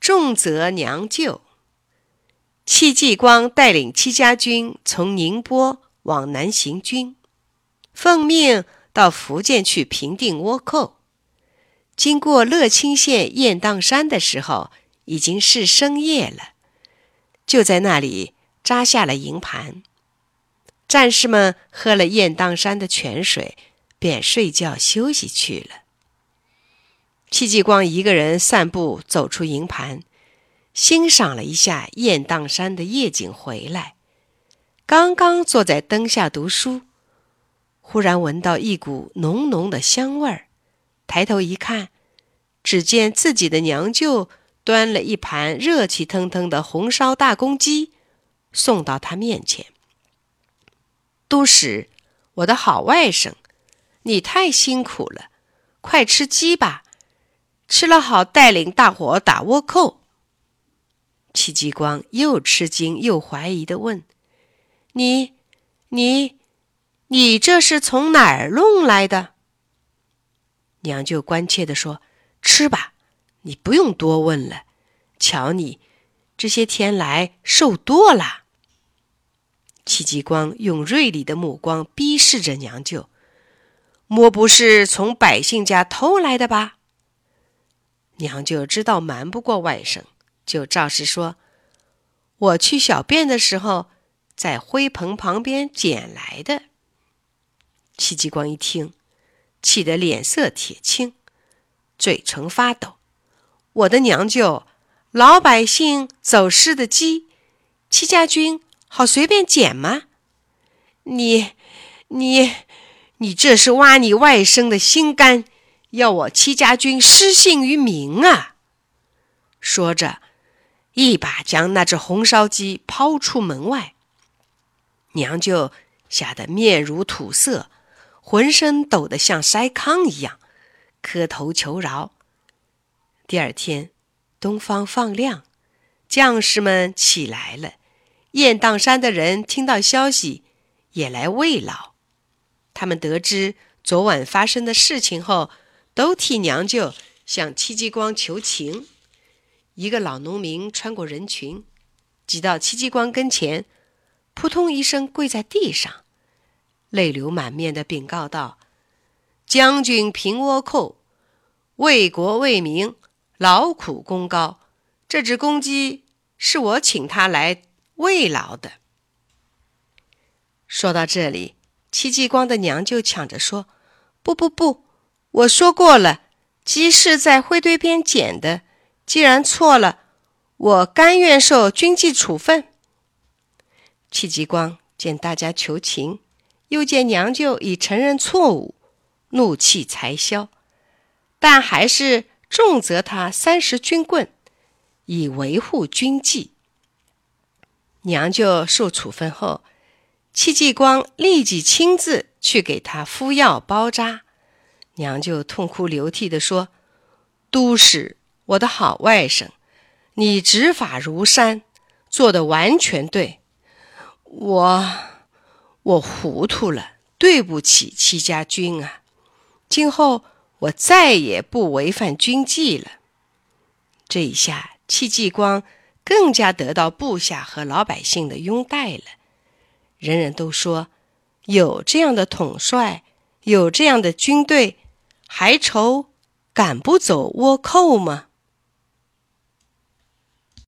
重责娘舅。戚继光带领戚家军从宁波往南行军，奉命到福建去平定倭寇。经过乐清县雁荡山的时候，已经是深夜了，就在那里扎下了营盘。战士们喝了雁荡山的泉水，便睡觉休息去了。戚继光一个人散步走出营盘，欣赏了一下雁荡山的夜景回来，刚刚坐在灯下读书，忽然闻到一股浓浓的香味儿，抬头一看，只见自己的娘舅端了一盘热气腾腾的红烧大公鸡送到他面前。都使，我的好外甥，你太辛苦了，快吃鸡吧，吃了好带领大伙打倭寇。戚继光又吃惊又怀疑地问，你这是从哪儿弄来的？娘舅关切地说，吃吧，你不用多问了，瞧你这些天来瘦多了。戚继光用锐利的目光逼视着娘舅，莫不是从百姓家偷来的吧？娘舅知道瞒不过外甥，就照实说，我去小便的时候在灰棚旁边捡来的。戚继光一听，气得脸色铁青，嘴唇发抖。我的娘舅，老百姓走失的鸡，戚家军好随便捡吗？你这是挖你外甥的心肝，要我戚家军失信于民啊！说着，一把将那只红烧鸡抛出门外。娘舅吓得面如土色，浑身抖得像筛糠一样，磕头求饶。第二天，东方放亮，将士们起来了，雁荡山的人听到消息，也来慰劳。他们得知昨晚发生的事情后，都替娘舅向戚继光求情。一个老农民穿过人群，挤到戚继光跟前，扑通一声跪在地上，泪流满面地禀告道，将军平倭寇，为国为民，劳苦功高，这只公鸡是我请他来慰劳的。说到这里，戚继光的娘就抢着说，不，我说过了，鸡是在灰堆边捡的，既然错了，我甘愿受军纪处分。戚继光见大家求情，又见娘舅已承认错误，怒气才消，但还是重责他30军棍，以维护军纪。娘舅受处分后，戚继光立即亲自去给他敷药包扎。娘舅痛哭流涕地说，都使，我的好外甥，你执法如山，做得完全对，我糊涂了，对不起戚家军啊，今后我再也不违反军纪了。这一下，戚继光更加得到部下和老百姓的拥戴了。人人都说，有这样的统帅，有这样的军队，还愁赶不走倭寇吗？